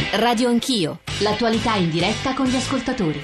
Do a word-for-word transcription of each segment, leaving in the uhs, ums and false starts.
Radio Anch'io, l'attualità in diretta con gli ascoltatori.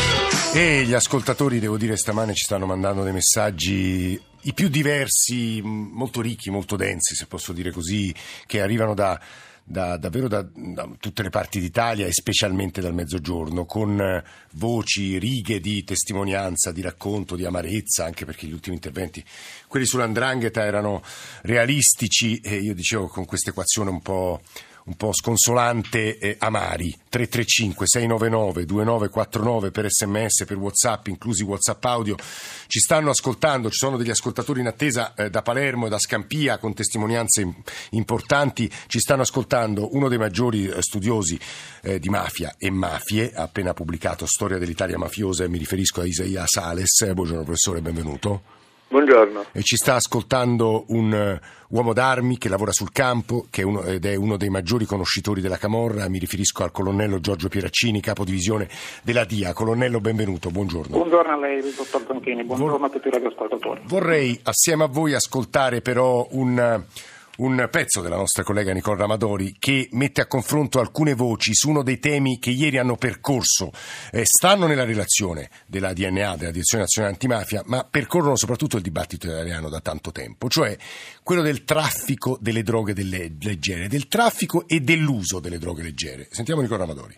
E gli ascoltatori, devo dire, stamane ci stanno mandando dei messaggi i più diversi, molto ricchi, molto densi, se posso dire così, che arrivano da, da davvero da, da tutte le parti d'Italia e specialmente dal Mezzogiorno, con voci, righe di testimonianza, di racconto, di amarezza, anche perché gli ultimi interventi, quelli sull'Andrangheta, erano realistici e io dicevo con questa equazione un po' un po' sconsolante, eh, amari. Tre tre cinque sei nove nove due nove quattro nove per sms, per WhatsApp, inclusi WhatsApp audio. Ci stanno ascoltando, ci sono degli ascoltatori in attesa eh, da Palermo e da Scampia con testimonianze importanti. Ci stanno ascoltando uno dei maggiori eh, studiosi eh, di mafia e mafie, ha appena pubblicato Storia dell'Italia mafiosa, e mi riferisco a Isaia Sales. Eh, buongiorno professore, benvenuto. Buongiorno. E ci sta ascoltando un uh, uomo d'armi che lavora sul campo, che è uno, ed è uno dei maggiori conoscitori della camorra. Mi riferisco al colonnello Giorgio Pieraccini, capodivisione della D I A. Colonnello, benvenuto, buongiorno. Buongiorno a lei, dottor Zanchini, buongiorno Vor- a tutti i radioascoltatori. Vorrei assieme a voi ascoltare però un... un pezzo della nostra collega Nicola Ramadori che mette a confronto alcune voci su uno dei temi che ieri hanno percorso, eh, stanno nella relazione della D N A, della Direzione Nazionale Antimafia, ma percorrono soprattutto il dibattito italiano da tanto tempo, cioè quello del traffico delle droghe delle leggere, del traffico e dell'uso delle droghe leggere. Sentiamo Nicola Ramadori.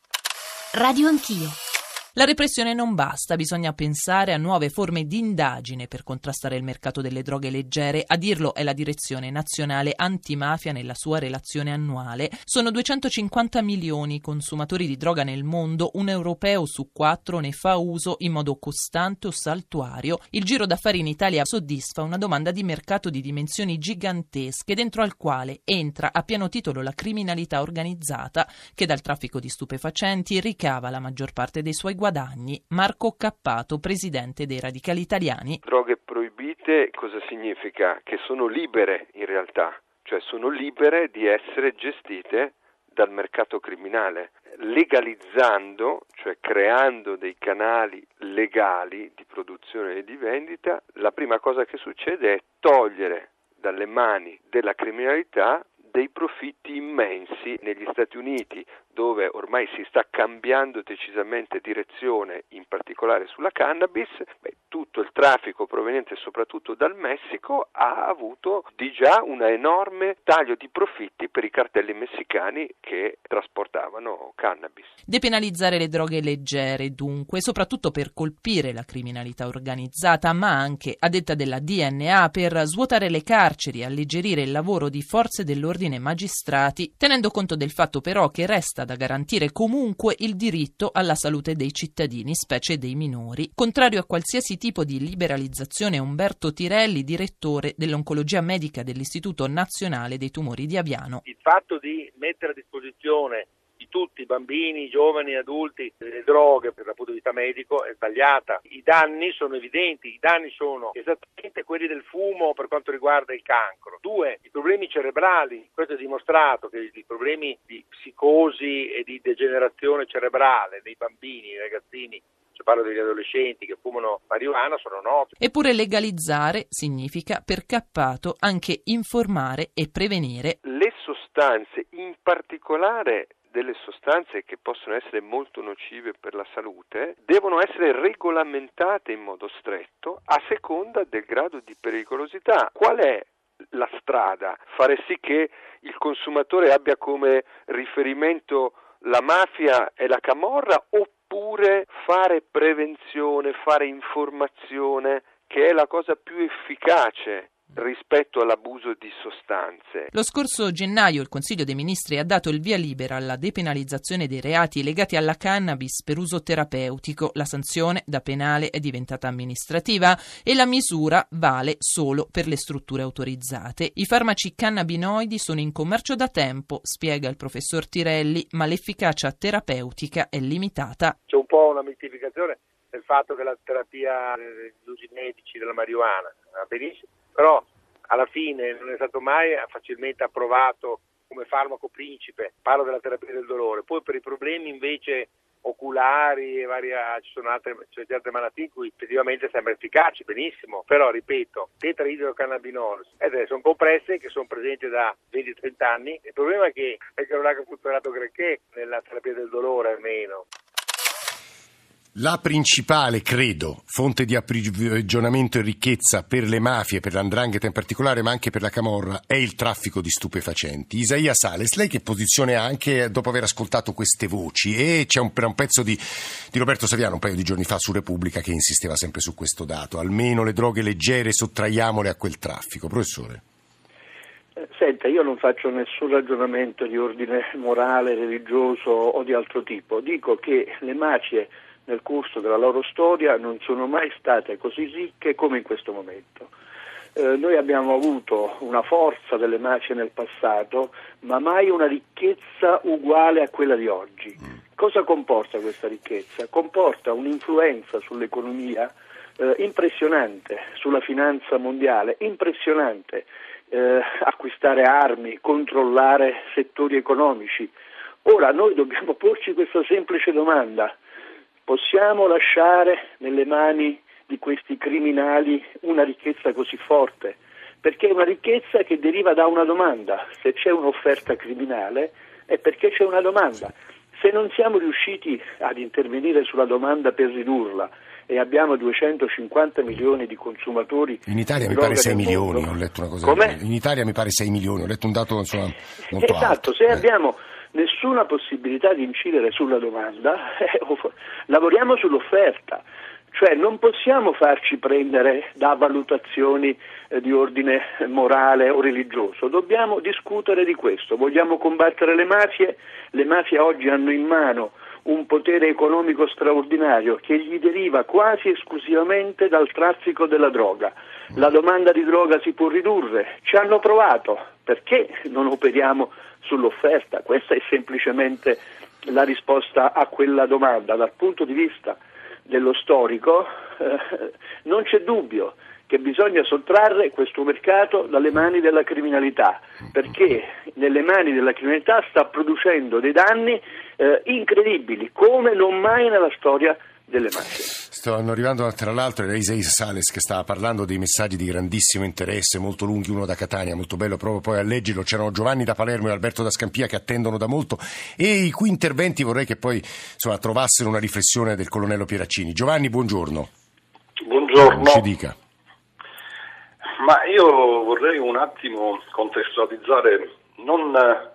Radio Anch'io. La repressione non basta, bisogna pensare a nuove forme di indagine per contrastare il mercato delle droghe leggere. A dirlo è la Direzione Nazionale Antimafia nella sua relazione annuale. Sono duecentocinquanta milioni i consumatori di droga nel mondo, un europeo su quattro ne fa uso in modo costante o saltuario. Il giro d'affari in Italia soddisfa una domanda di mercato di dimensioni gigantesche, dentro al quale entra a pieno titolo la criminalità organizzata, che dal traffico di stupefacenti ricava la maggior parte dei suoi guadagni. Marco Cappato, presidente dei Radicali Italiani. Droghe proibite cosa significa? Che sono libere in realtà, cioè sono libere di essere gestite dal mercato criminale. Legalizzando, cioè creando dei canali legali di produzione e di vendita, la prima cosa che succede è togliere dalle mani della criminalità dei profitti immensi. Negli Stati Uniti, dove ormai si sta cambiando decisamente direzione, in particolare sulla cannabis, beh, tutto il traffico proveniente soprattutto dal Messico ha avuto di già un enorme taglio di profitti per i cartelli messicani che trasportavano cannabis. Depenalizzare le droghe leggere, dunque, soprattutto per colpire la criminalità organizzata, ma anche, a detta della D N A, per svuotare le carceri e alleggerire il lavoro di forze dell'ordine e magistrati, tenendo conto del fatto però che resta da garantire comunque il diritto alla salute dei cittadini, specie dei minori. Contrario a qualsiasi tipo di liberalizzazione, Umberto Tirelli, direttore dell'oncologia medica dell'Istituto Nazionale dei Tumori di Aviano. Il fatto di mettere a disposizione di tutti, bambini, giovani, adulti, le droghe dal punto di vista medico è sbagliata. I danni sono evidenti, i danni sono esattamente quelli del fumo per quanto riguarda il cancro. Due, i problemi cerebrali, questo è dimostrato che i problemi di psicosi e di degenerazione cerebrale dei bambini, dei ragazzini, se parlo degli adolescenti che fumano marijuana, sono noti. Eppure legalizzare significa, per Cappato, anche informare e prevenire. Le sostanze, in particolare delle sostanze che possono essere molto nocive per la salute, devono essere regolamentate in modo stretto a seconda del grado di pericolosità. Qual è la strada? Fare sì che il consumatore abbia come riferimento la mafia e la camorra, oppure fare prevenzione, fare informazione, che è la cosa più efficace rispetto all'abuso di sostanze. Lo scorso gennaio il Consiglio dei Ministri ha dato il via libera alla depenalizzazione dei reati legati alla cannabis per uso terapeutico. La sanzione da penale è diventata amministrativa e la misura vale solo per le strutture autorizzate. I farmaci cannabinoidi sono in commercio da tempo, spiega il professor Tirelli, ma l'efficacia terapeutica è limitata. C'è un po' una mitificazione del fatto che la terapia degli usi medici della marijuana va benissimo, però alla fine non è stato mai facilmente approvato come farmaco principe. Parlo della terapia del dolore. Poi per i problemi invece oculari e varia, ci sono altre, cioè altre malattie in cui effettivamente sembra efficace, benissimo, però ripeto, tetraidrocannabinol eh, sono compresse che sono presenti da venti trenta anni, il problema è che, è che non ha funzionato granché nella terapia del dolore almeno. La principale, credo, fonte di approvvigionamento e ricchezza per le mafie, per l'andrangheta in particolare, ma anche per la camorra, è il traffico di stupefacenti. Isaia Sales, lei che posizione ha anche dopo aver ascoltato queste voci? E c'è un, un pezzo di, di Roberto Saviano un paio di giorni fa su Repubblica che insisteva sempre su questo dato. Almeno le droghe leggere sottraiamole a quel traffico. Professore? Senta, io non faccio nessun ragionamento di ordine morale, religioso o di altro tipo. Dico che le mafie nel corso della loro storia non sono mai state così ricche come in questo momento. Eh, noi abbiamo avuto una forza delle mafie nel passato, ma mai una ricchezza uguale a quella di oggi. Cosa comporta questa ricchezza? Comporta un'influenza sull'economia eh, impressionante, sulla finanza mondiale, impressionante. Eh, acquistare armi, controllare settori economici. Ora noi dobbiamo porci questa semplice domanda: possiamo lasciare nelle mani di questi criminali una ricchezza così forte? Perché è una ricchezza che deriva da una domanda. Se c'è un'offerta criminale è perché c'è una domanda. Se non siamo riusciti ad intervenire sulla domanda per ridurla e abbiamo duecentocinquanta milioni di consumatori. In Italia mi droga pare sei nel milioni, mondo. Ho letto una cosa. Com'è? In Italia mi pare sei milioni, ho letto un dato insomma molto esatto, alto. se eh. abbiamo nessuna possibilità di incidere sulla domanda, eh, lavoriamo sull'offerta. Cioè non possiamo farci prendere da valutazioni eh, di ordine morale o religioso, dobbiamo discutere di questo. Vogliamo combattere le mafie? Le mafie oggi hanno in mano un potere economico straordinario che gli deriva quasi esclusivamente dal traffico della droga. La domanda di droga si può ridurre, ci hanno provato, perché non operiamo sull'offerta? Questa è semplicemente la risposta a quella domanda. Dal punto di vista dello storico eh, non c'è dubbio che bisogna sottrarre questo mercato dalle mani della criminalità, perché nelle mani della criminalità sta producendo dei danni eh, incredibili, come non mai nella storia delle mafie. Stanno arrivando tra l'altro, era Isaia Sales che stava parlando dei messaggi di grandissimo interesse, molto lunghi, uno da Catania, molto bello proprio poi a leggerlo. C'erano Giovanni da Palermo e Alberto da Scampia che attendono da molto e i cui interventi vorrei che poi insomma trovassero una riflessione del colonnello Pieraccini. Giovanni, buongiorno. Buongiorno. Ci dica. Ma io vorrei un attimo contestualizzare non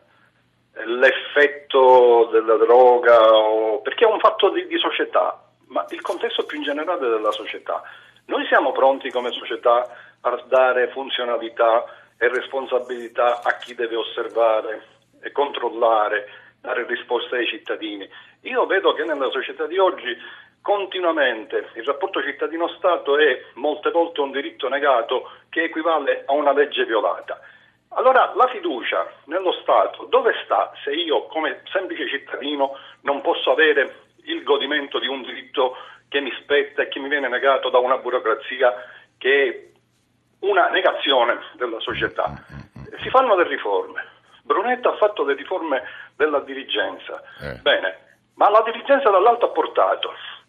l'effetto della droga, o, perché è un fatto di, di società, ma il contesto più in generale della società. Noi siamo pronti come società a dare funzionalità e responsabilità a chi deve osservare e controllare, dare risposte ai cittadini. Io vedo che nella società di oggi continuamente il rapporto cittadino-Stato è molte volte un diritto negato che equivale a una legge violata. Allora la fiducia nello Stato dove sta se io come semplice cittadino non posso avere il godimento di un diritto che mi spetta e che mi viene negato da una burocrazia che è una negazione della società? Si fanno le riforme. Brunetta ha fatto le riforme della dirigenza. Eh. Bene, ma la dirigenza dall'alto ha portato,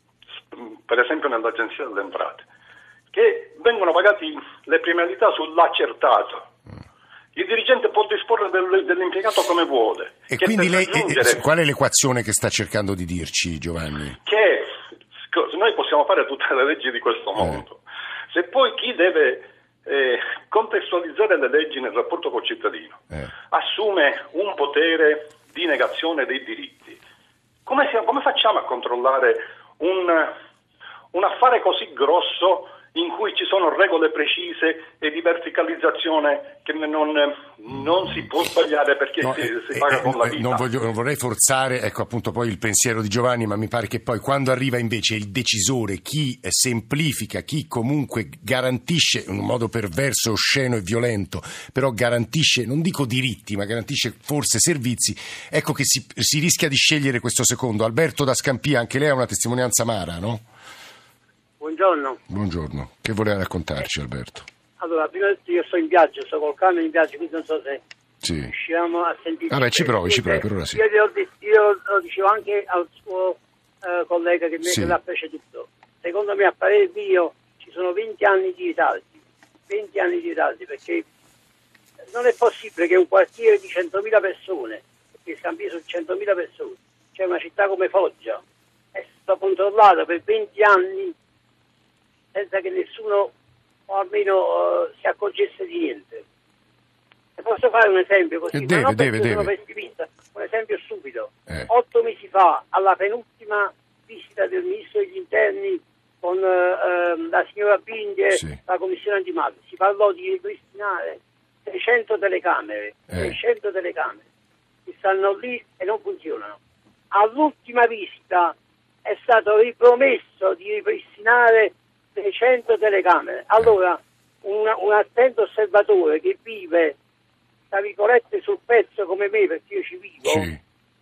per esempio nell'Agenzia delle Entrate, che vengono pagati le premialità sull'accertato. Il dirigente può disporre del, dell'impiegato come vuole. E quindi lei, raggiungere... qual è l'equazione che sta cercando di dirci, Giovanni? Che noi possiamo fare tutte le leggi di questo mondo. Eh. Se poi chi deve eh, contestualizzare le leggi nel rapporto col cittadino eh. assume un potere di negazione dei diritti, come, si, come facciamo a controllare un, un affare così grosso in cui ci sono regole precise e di verticalizzazione che non, non si può sbagliare perché no, si, eh, si paga eh, con la vita. Non, voglio, non vorrei forzare, ecco appunto poi il pensiero di Giovanni, ma mi pare che poi quando arriva invece il decisore, chi semplifica, chi comunque garantisce in un modo perverso, osceno e violento, però garantisce, non dico diritti, ma garantisce forse servizi, ecco che si, si rischia di scegliere questo secondo. Alberto da Scampia, anche lei ha una testimonianza amara, no? Buongiorno. Buongiorno. Che voleva raccontarci, Alberto? Allora, prima di tutto io sto in viaggio, sto col camion in viaggio, quindi non so se sì. riusciamo a sentire. Vabbè, ci provi, ci provi, per ora sì. Io, io, io lo dicevo anche al suo eh, collega che mi sì. l'ha preceduto. Secondo me, a parere mio, ci sono venti anni di ritardi, venti anni di ritardi, perché non è possibile che un quartiere di centomila persone, che Scampi su centomila persone, c'è una città come Foggia, è stata controllata per venti anni senza che nessuno, o almeno, uh, si accorgesse di niente. E posso fare un esempio così, deve, ma non deve, perché sono deve. pessimista, un esempio stupido. Eh. Otto mesi fa, alla penultima visita del Ministro degli Interni con uh, la signora Bindi, sì. la Commissione Antimafia, si parlò di ripristinare seicento telecamere, eh. seicento telecamere che stanno lì e non funzionano. All'ultima visita è stato ripromesso di ripristinare seicento telecamere. Allora, un, un attento osservatore che vive, tra virgolette, sul pezzo come me, perché io ci vivo, Sì.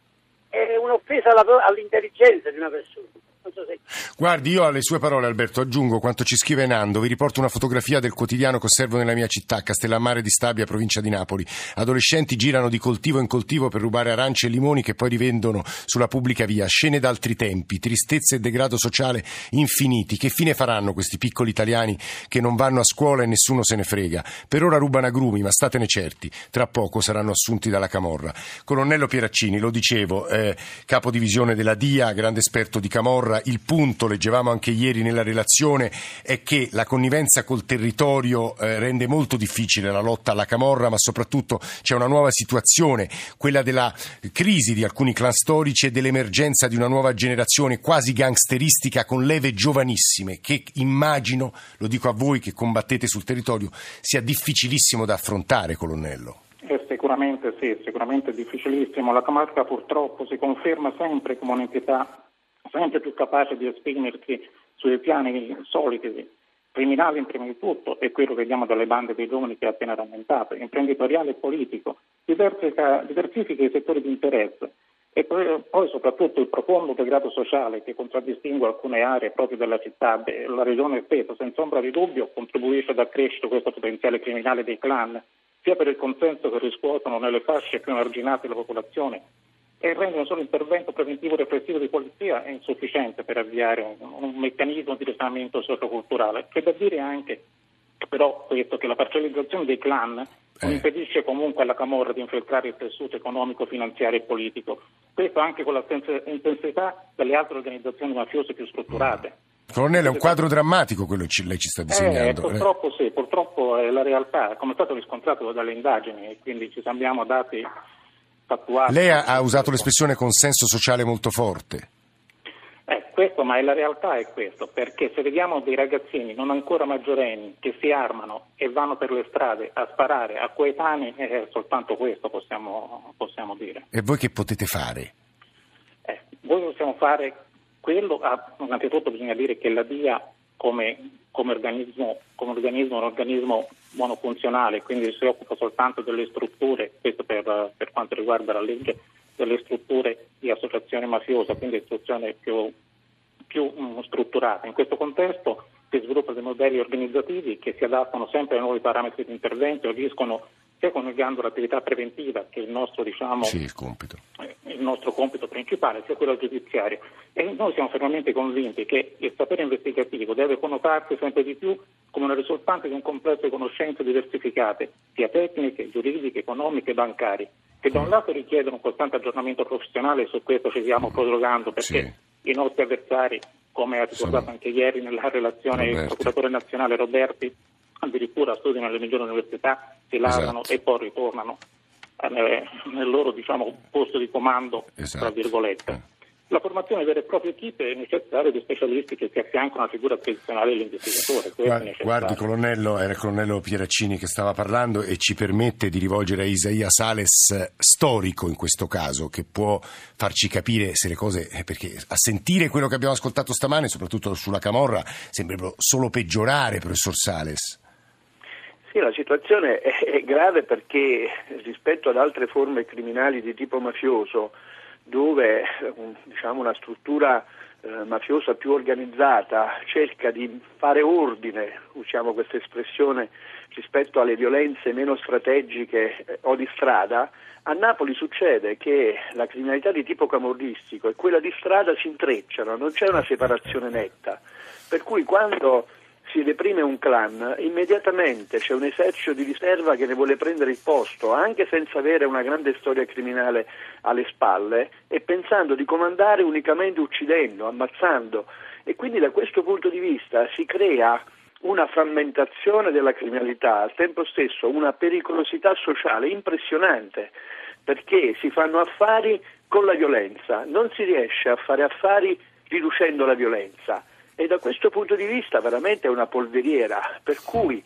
è un'offesa alla, all'intelligenza di una persona. Non so se... Guardi, io alle sue parole, Alberto, aggiungo quanto ci scrive Nando. Vi riporto una fotografia del quotidiano che osservo nella mia città, Castellammare di Stabia, provincia di Napoli. Adolescenti girano di coltivo in coltivo per rubare arance e limoni che poi rivendono sulla pubblica via. Scene d'altri tempi, tristezza e degrado sociale infiniti. Che fine faranno questi piccoli italiani che non vanno a scuola e nessuno se ne frega? Per ora rubano agrumi, ma statene certi, tra poco saranno assunti dalla camorra. Colonnello Pieraccini, lo dicevo, eh, capo divisione della D I A, grande esperto di camorra. Il punto, leggevamo anche ieri nella relazione, è che la connivenza col territorio eh, rende molto difficile la lotta alla camorra, ma soprattutto c'è una nuova situazione, quella della crisi di alcuni clan storici e dell'emergenza di una nuova generazione quasi gangsteristica con leve giovanissime, che immagino, lo dico a voi che combattete sul territorio, sia difficilissimo da affrontare, colonnello. Eh, sicuramente sì, sicuramente difficilissimo. La camorra purtroppo si conferma sempre come un'entità sempre più capace di esprimersi sui piani soliti, criminali in prima di tutto, e quello che vediamo dalle bande dei giovani che ha appena rammentato, imprenditoriale e politico, diversifica, diversifica i settori di interesse e poi, poi soprattutto il profondo degrado sociale che contraddistingue alcune aree proprio della città. Beh, la regione stessa, senza ombra di dubbio, contribuisce ad accrescere questo potenziale criminale dei clan, sia per il consenso che riscuotono nelle fasce più emarginate della popolazione, e rendono solo l'intervento preventivo repressivo di polizia è insufficiente per avviare un, un meccanismo di risanamento socioculturale. C'è da dire anche però questo, che la parcellizzazione dei clan eh. non impedisce comunque alla camorra di infiltrare il tessuto economico, finanziario e politico, questo anche con la intensità delle altre organizzazioni mafiose più strutturate. Colonnello, è un quadro drammatico quello che lei ci sta disegnando. Eh, purtroppo sì, purtroppo è la realtà, come è stato riscontrato dalle indagini, e quindi ci abbiamo dati fattuali. Lei ha, ha usato l'espressione consenso sociale molto forte. Eh, questo, ma è la realtà è questo, perché se vediamo dei ragazzini non ancora maggiorenni che si armano e vanno per le strade a sparare a coetanei, eh, soltanto questo possiamo, possiamo dire. E voi che potete fare? Eh, voi possiamo fare quello, ah, innanzitutto bisogna dire che la D I A come, come organismo, come organismo è un organismo monofunzionale, quindi si occupa soltanto delle strutture, questo per, per quanto riguarda la legge, delle strutture di associazione mafiosa, quindi istituzione più, più um, strutturata. In questo contesto si sviluppano dei modelli organizzativi che si adattano sempre ai nuovi parametri di intervento e agiscono sia coniugando l'attività preventiva, che è il nostro, diciamo, sì, il compito. Eh, il nostro compito principale, sia quello giudiziario. E noi siamo fermamente convinti che il sapere investigativo deve connotarsi sempre di più come una risultante di un complesso di conoscenze diversificate, sia tecniche, giuridiche, economiche e bancarie, che da un lato richiedono un costante aggiornamento professionale, e su questo ci stiamo prorogando, perché sì. i nostri avversari, come ha ricordato Sono... anche ieri nella relazione del procuratore nazionale Roberti, addirittura studiano nelle migliori università, si laureano esatto. e poi ritornano nel, nel loro, diciamo, posto di comando, esatto. tra virgolette. Eh. La formazione vera e propria equipe è necessaria di specialisti che si affiancano alla figura tradizionale dell'investigatore. Guardi, guardi, colonnello, era il colonnello Pieraccini che stava parlando e ci permette di rivolgere a Isaia Sales, storico in questo caso, che può farci capire se le cose, perché a sentire quello che abbiamo ascoltato stamane, soprattutto sulla camorra, sembra solo peggiorare, professor Sales. Sì, la situazione è grave perché rispetto ad altre forme criminali di tipo mafioso, dove diciamo una struttura eh, mafiosa più organizzata cerca di fare ordine, usiamo questa espressione, rispetto alle violenze meno strategiche eh, o di strada, a Napoli succede che la criminalità di tipo camorristico e quella di strada si intrecciano, non c'è una separazione netta, per cui quando si reprime un clan, immediatamente c'è un esercito di riserva che ne vuole prendere il posto, anche senza avere una grande storia criminale alle spalle e pensando di comandare unicamente uccidendo, ammazzando, e quindi da questo punto di vista si crea una frammentazione della criminalità, al tempo stesso una pericolosità sociale impressionante, perché si fanno affari con la violenza, non si riesce a fare affari riducendo la violenza. E da questo punto di vista veramente è una polveriera, per cui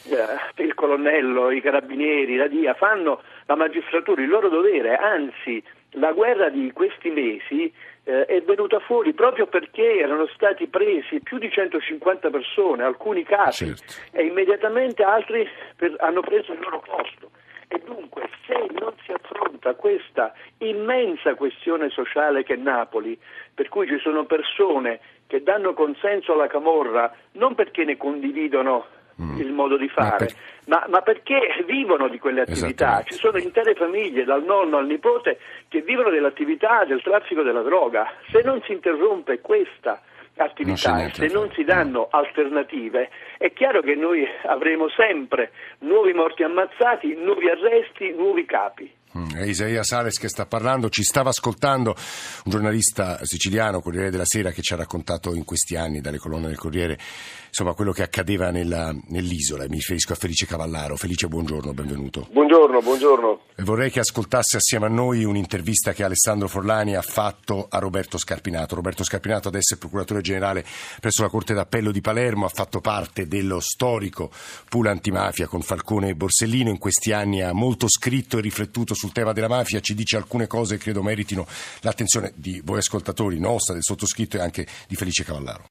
eh, il colonnello, i carabinieri, la D I A fanno, la magistratura, il loro dovere, anzi la guerra di questi mesi eh, è venuta fuori proprio perché erano stati presi più di centocinquanta persone, alcuni casi, certo. E immediatamente altri per, hanno preso il loro posto. E dunque se non si affronta questa immensa questione sociale che è Napoli, per cui ci sono persone che danno consenso alla camorra non perché ne condividono mm. il modo di fare, ma, per... ma, ma perché vivono di quelle attività. Ci sono intere famiglie, dal nonno al nipote, che vivono dell'attività del traffico della droga. Se non si interrompe questa attività, non se non si danno alternative, è chiaro che noi avremo sempre nuovi morti ammazzati, nuovi arresti, nuovi capi. È Isaia Sales che sta parlando, ci stava ascoltando un giornalista siciliano, Corriere della Sera, che ci ha raccontato in questi anni dalle colonne del Corriere insomma quello che accadeva nella, nell'isola. Mi riferisco a Felice Cavallaro. Felice, buongiorno, benvenuto. Buongiorno, buongiorno. E vorrei che ascoltasse assieme a noi un'intervista che Alessandro Forlani ha fatto a Roberto Scarpinato. Roberto Scarpinato adesso è procuratore generale presso la Corte d'Appello di Palermo, ha fatto parte dello storico pool antimafia con Falcone e Borsellino. In questi anni ha molto scritto e riflettuto sul tema della mafia, ci dice alcune cose che credo meritino l'attenzione di voi ascoltatori, nostra, del sottoscritto e anche di Felice Cavallaro.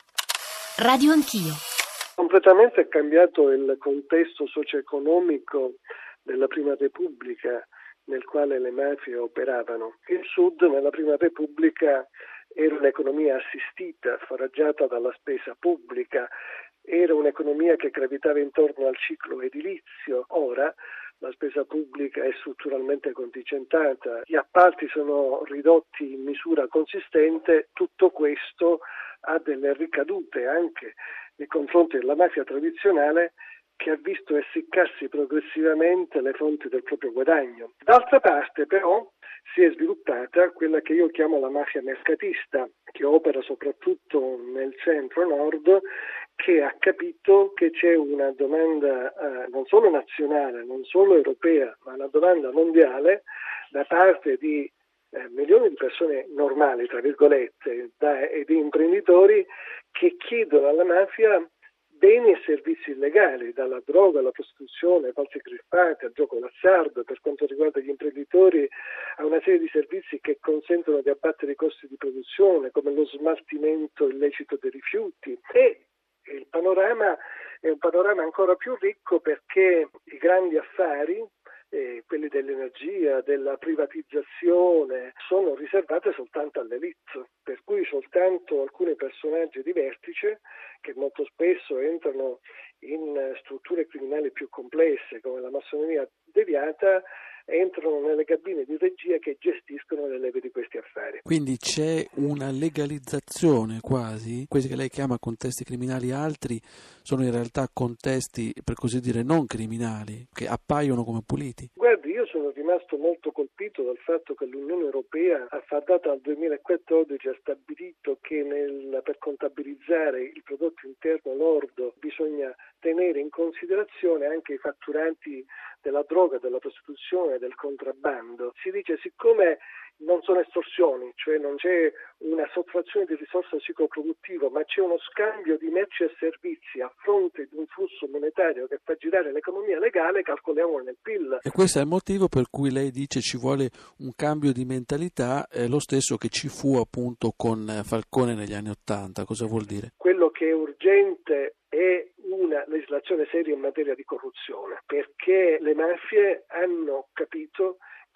Radio Anch'io. Completamente è cambiato il contesto socio-economico della Prima Repubblica nel quale le mafie operavano. Il Sud nella Prima Repubblica era un'economia assistita, foraggiata dalla spesa pubblica, era un'economia che gravitava intorno al ciclo edilizio. Ora la spesa pubblica è strutturalmente contingentata, gli appalti sono ridotti in misura consistente, tutto questo ha delle ricadute anche nei confronti della mafia tradizionale che ha visto essiccarsi progressivamente le fonti del proprio guadagno. D'altra parte però si è sviluppata quella che io chiamo la mafia mercatista, che opera soprattutto nel centro-nord, che ha capito che c'è una domanda eh, non solo nazionale, non solo europea, ma una domanda mondiale da parte di eh, milioni di persone normali, tra virgolette, da, e di imprenditori che chiedono alla mafia beni e servizi illegali, dalla droga alla prostituzione, ai falsi griffati, al gioco d'azzardo, per quanto riguarda gli imprenditori a una serie di servizi che consentono di abbattere i costi di produzione, come lo smaltimento illecito dei rifiuti. E il panorama è un panorama ancora più ricco perché i grandi affari, eh, quelli dell'energia, della privatizzazione, sono riservate soltanto all'elite, per cui soltanto alcuni personaggi di vertice che molto spesso entrano in strutture criminali più complesse come la massoneria deviata entrano nelle cabine di regia che gestiscono le leve di questi affari. Quindi c'è una legalizzazione quasi, quelli che lei chiama contesti criminali, altri sono in realtà contesti per così dire non criminali, che appaiono come puliti. Guardi, io sono rimasto molto colpito dal fatto che l'Unione Europea a data al duemilaquattordici ha stabilito che nel, per contabilizzare il prodotto interno lordo bisogna tenere in considerazione anche i fatturanti della droga, della prostituzione, del contrabbando. Si dice siccome non sono estorsioni, cioè non c'è una sottrazione di risorsa psicoproduttiva, ma c'è uno scambio di merci e servizi a fronte di un flusso monetario che fa girare l'economia legale, calcoliamo nel P I L. E questo è il motivo per cui lei dice ci vuole un cambio di mentalità, è lo stesso che ci fu appunto con Falcone negli anni Ottanta. Cosa vuol dire? Quello che è urgente è una legislazione seria in materia di corruzione, perché le mafie hanno capito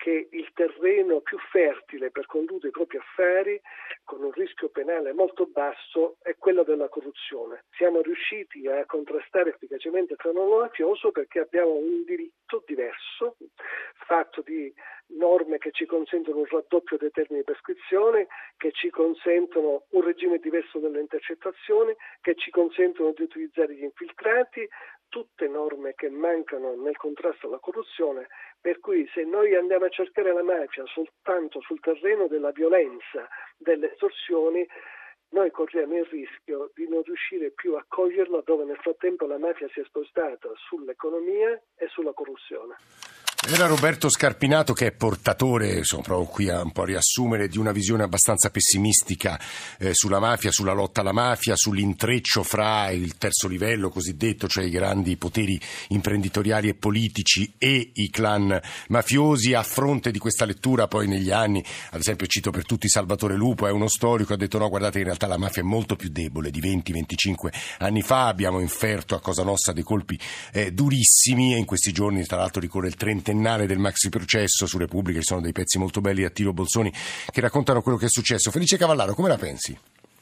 che il terreno più fertile per condurre i propri affari con un rischio penale molto basso è quello della corruzione. Siamo riusciti a contrastare efficacemente il fenomeno mafioso perché abbiamo un diritto diverso, fatto di norme che ci consentono un raddoppio dei termini di prescrizione, che ci consentono un regime diverso delle intercettazioni, che ci consentono di utilizzare gli infiltrati, tutte norme che mancano nel contrasto alla corruzione, per cui se noi andiamo a cercare la mafia soltanto sul terreno della violenza, delle estorsioni, noi corriamo il rischio di non riuscire più a coglierla dove nel frattempo la mafia si è spostata sull'economia e sulla corruzione. Era Roberto Scarpinato, che è portatore, sono proprio qui a un po' riassumere, di una visione abbastanza pessimistica eh, sulla mafia, sulla lotta alla mafia, sull'intreccio fra il terzo livello cosiddetto, cioè i grandi poteri imprenditoriali e politici, e i clan mafiosi. A fronte di questa lettura poi negli anni, ad esempio cito per tutti Salvatore Lupo, è uno storico, ha detto no, guardate, in realtà la mafia è molto più debole di venti venticinque anni fa, abbiamo inferto a Cosa Nostra dei colpi eh, durissimi, e in questi giorni tra l'altro ricorre il trentennale del maxi processo. Su Repubblica ci sono dei pezzi molto belli di Attilo Bolzoni che raccontano quello che è successo. Felice Cavallaro, come la pensi?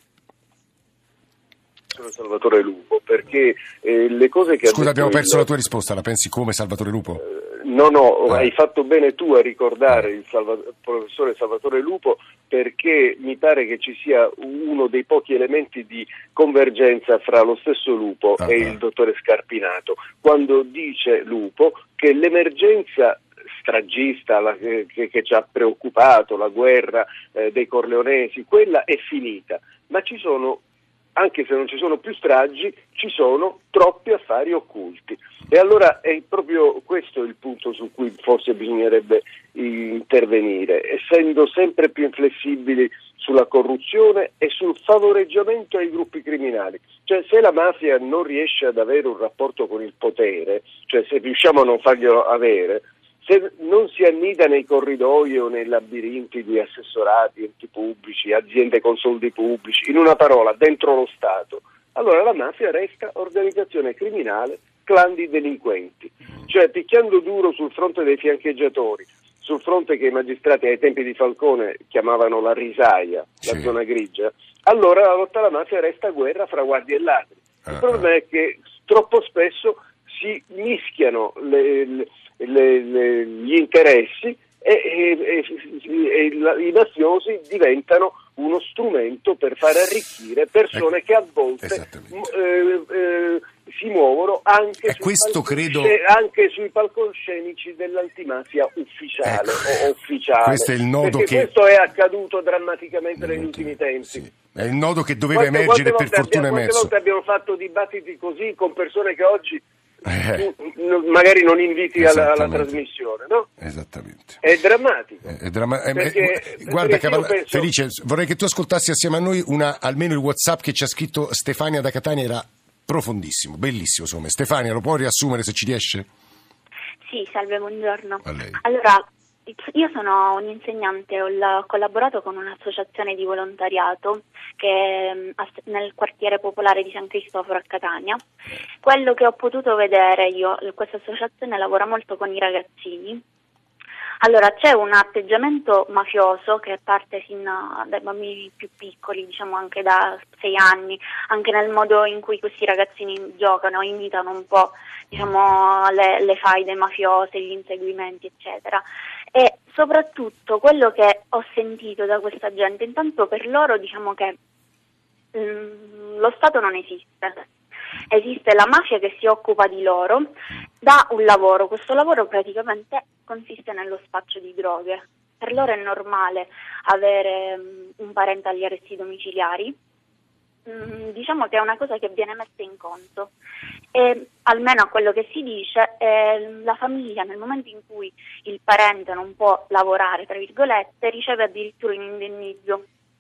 Sono Salvatore Lupo, perché eh, le cose che Scusa, ha abbiamo detto perso il... la tua risposta. La pensi come Salvatore Lupo? Eh, no, no, ah. hai fatto bene tu a ricordare ah. il Salva... professore Salvatore Lupo, perché mi pare che ci sia uno dei pochi elementi di convergenza fra lo stesso Lupo ah. e il dottore Scarpinato, quando dice Lupo che l'emergenza stragista la, che, che ci ha preoccupato, la guerra eh, dei Corleonesi, quella è finita, ma ci sono, anche se non ci sono più stragi, ci sono troppi affari occulti. E allora è proprio questo il punto su cui forse bisognerebbe intervenire, essendo sempre più inflessibili sulla corruzione e sul favoreggiamento ai gruppi criminali. Cioè, se la mafia non riesce ad avere un rapporto con il potere, cioè se riusciamo a non farglielo avere, se non si annida nei corridoi o nei labirinti di assessorati, enti pubblici, aziende con soldi pubblici, in una parola, dentro lo Stato, allora la mafia resta organizzazione criminale, clan di delinquenti. Cioè, picchiando duro sul fronte dei fiancheggiatori, sul fronte che i magistrati ai tempi di Falcone chiamavano la risaia, sì. la zona grigia, allora la lotta alla mafia resta guerra fra guardie e ladri. Il uh-huh. problema è che troppo spesso si mischiano le, le Le, le, gli interessi e, e, e, e la, i mafiosi diventano uno strumento per far arricchire persone ecco, che a volte eh, eh, si muovono anche, sui questo credo... anche sui palcoscenici dell'antimafia ufficiale ecco, o ufficiale. Questo è il nodo perché che... questo è accaduto drammaticamente negli ultimi tempi. Sì. È il nodo che doveva quante, emergere, quante per fortuna abbiamo, emerso. Quante volte abbiamo fatto dibattiti così con persone che oggi Eh. magari non inviti alla, alla trasmissione, no? Esattamente. È drammatico. È, è dramma- perché, eh, guarda, Cavall- penso... Felice, vorrei che tu ascoltassi assieme a noi una, almeno il WhatsApp che ci ha scritto Stefania da Catania, era profondissimo, bellissimo. Insomma. Stefania, lo puoi riassumere se ci riesce? Sì, salve, buongiorno. A lei. Allora, io sono un'insegnante, ho collaborato con un'associazione di volontariato che è nel quartiere popolare di San Cristoforo a Catania. Quello che ho potuto vedere io, questa associazione lavora molto con i ragazzini. Allora, c'è un atteggiamento mafioso che parte sin dai bambini più piccoli, diciamo anche da sei anni, anche nel modo in cui questi ragazzini giocano, imitano un po', diciamo, le, le faide mafiose, gli inseguimenti, eccetera. E soprattutto quello che ho sentito da questa gente, intanto per loro diciamo che mh, lo Stato non esiste. Esiste la mafia che si occupa di loro, dà un lavoro, questo lavoro praticamente consiste nello spaccio di droghe. Per loro è normale avere um, un parente agli arresti domiciliari, mm, diciamo che è una cosa che viene messa in conto e almeno a quello che si dice eh, la famiglia nel momento in cui il parente non può lavorare, tra virgolette, riceve addirittura un indennizzo.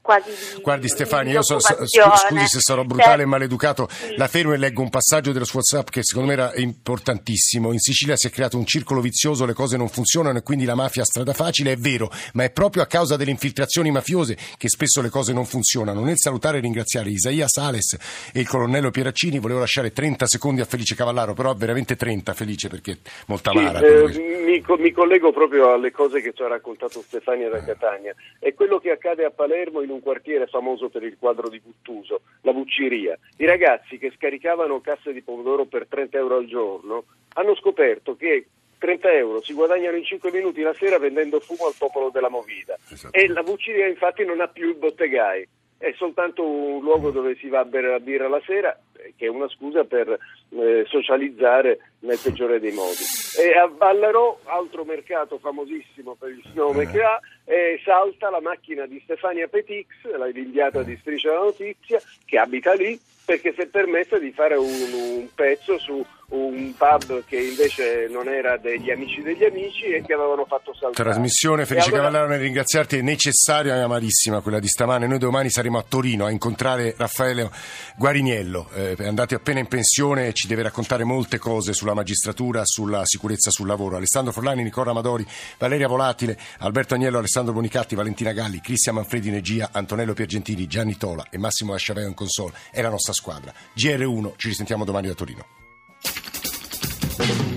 quasi di Guardi Stefania, di io so, so, scusi se sarò brutale e maleducato, sì. La fermo e leggo un passaggio dello suo WhatsApp che secondo me era importantissimo. In Sicilia si è creato un circolo vizioso, le cose non funzionano e quindi la mafia ha strada facile. È vero, ma è proprio a causa delle infiltrazioni mafiose che spesso le cose non funzionano. Nel salutare e ringraziare Isaia Sales e il colonnello Pieraccini, volevo lasciare trenta secondi a Felice Cavallaro, però veramente trenta, Felice, perché è molto amara. Sì, eh, mi, mi collego proprio alle cose che ci ha raccontato Stefania da Catania. È quello che accade a Palermo in un quartiere famoso per il quadro di Guttuso, la Vucciria. I ragazzi che scaricavano casse di pomodoro per trenta euro al giorno hanno scoperto che trenta euro si guadagnano in cinque minuti la sera vendendo fumo al popolo della Movida. Esatto. E la Vucciria infatti non ha più il bottegai, è soltanto un luogo dove si va a bere la birra la sera, che è una scusa per eh, socializzare nel peggiore dei modi. E a Ballarò, altro mercato famosissimo per il nome che ha, eh, salta la macchina di Stefania Petix, l'inviata di Striscia la Notizia, che abita lì, perché si è permessa di fare un, un pezzo su un pub che invece non era degli amici degli amici e che avevano fatto saltare. Trasmissione Felice allora... Cavallaro, nel ringraziarti, è necessaria e amarissima quella di stamane. Noi domani saremo a Torino a incontrare Raffaele Guariniello, eh, è andato appena in pensione e ci deve raccontare molte cose sulla magistratura, sulla sicurezza sul lavoro. Alessandro Forlani, Nicola Amadori, Valeria Volatile, Alberto Agnello, Alessandro Bonicatti, Valentina Galli, Cristian Manfredi in regia, Antonello Piergentini, Gianni Tola e Massimo Asciaveo in console. È la nostra squadra. G R uno, ci risentiamo domani da Torino.